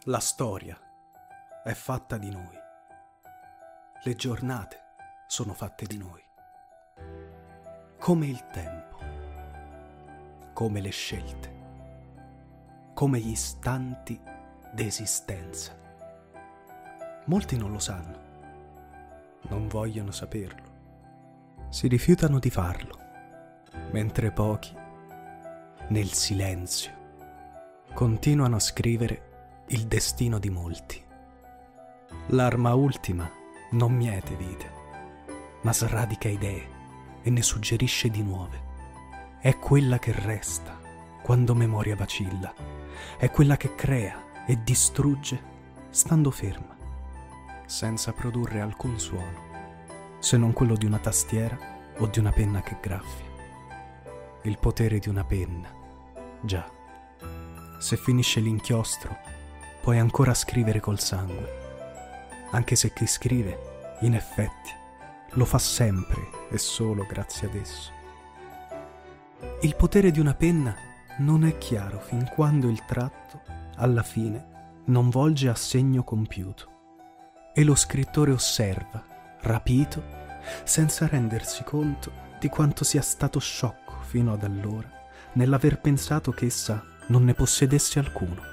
La storia è fatta di noi. Le giornate sono fatte di noi. Come il tempo, come le scelte, come gli istanti d'esistenza. Molti non lo sanno, non vogliono saperlo, si rifiutano di farlo, mentre pochi, nel silenzio, continuano a scrivere il destino di molti. L'arma ultima non miete vite, ma sradica idee e ne suggerisce di nuove. È quella che resta quando memoria vacilla, è quella che crea e distrugge stando ferma, senza produrre alcun suono, se non quello di una tastiera o di una penna che graffia. Il potere di una penna, già, se finisce l'inchiostro, puoi ancora scrivere col sangue, anche se chi scrive, in effetti, lo fa sempre e solo grazie ad esso. Il potere di una penna non è chiaro fin quando il tratto, alla fine, non volge a segno compiuto e lo scrittore osserva, rapito, senza rendersi conto di quanto sia stato sciocco fino ad allora nell'aver pensato che essa non ne possedesse alcuno.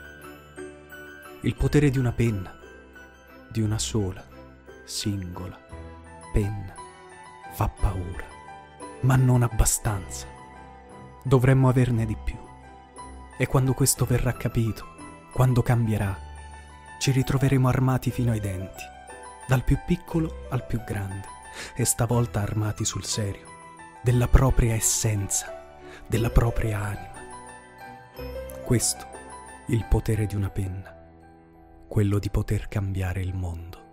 Il potere di una penna, di una sola, singola penna, fa paura, ma non abbastanza. Dovremmo averne di più. E quando questo verrà capito, quando cambierà, ci ritroveremo armati fino ai denti, dal più piccolo al più grande, e stavolta armati sul serio, della propria essenza, della propria anima. Questo, il potere di una penna, quello di poter cambiare il mondo.